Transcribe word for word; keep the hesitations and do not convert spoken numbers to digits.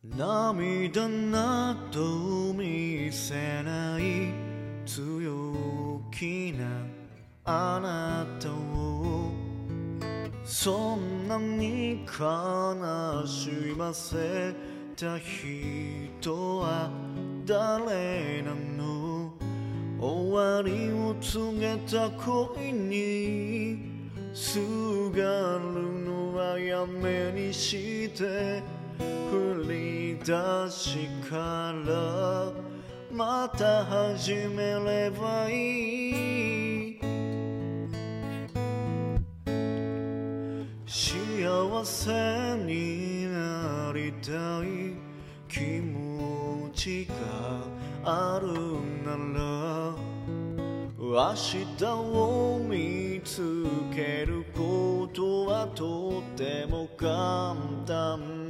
涙など見せない強気なあなたをそんなに悲しませた人は誰なの。終わりを告げた恋にすがるのはやめにして振り出しからまた始めればいい。幸せになりたい気持ちがあるなら明日を見つけることはとても簡単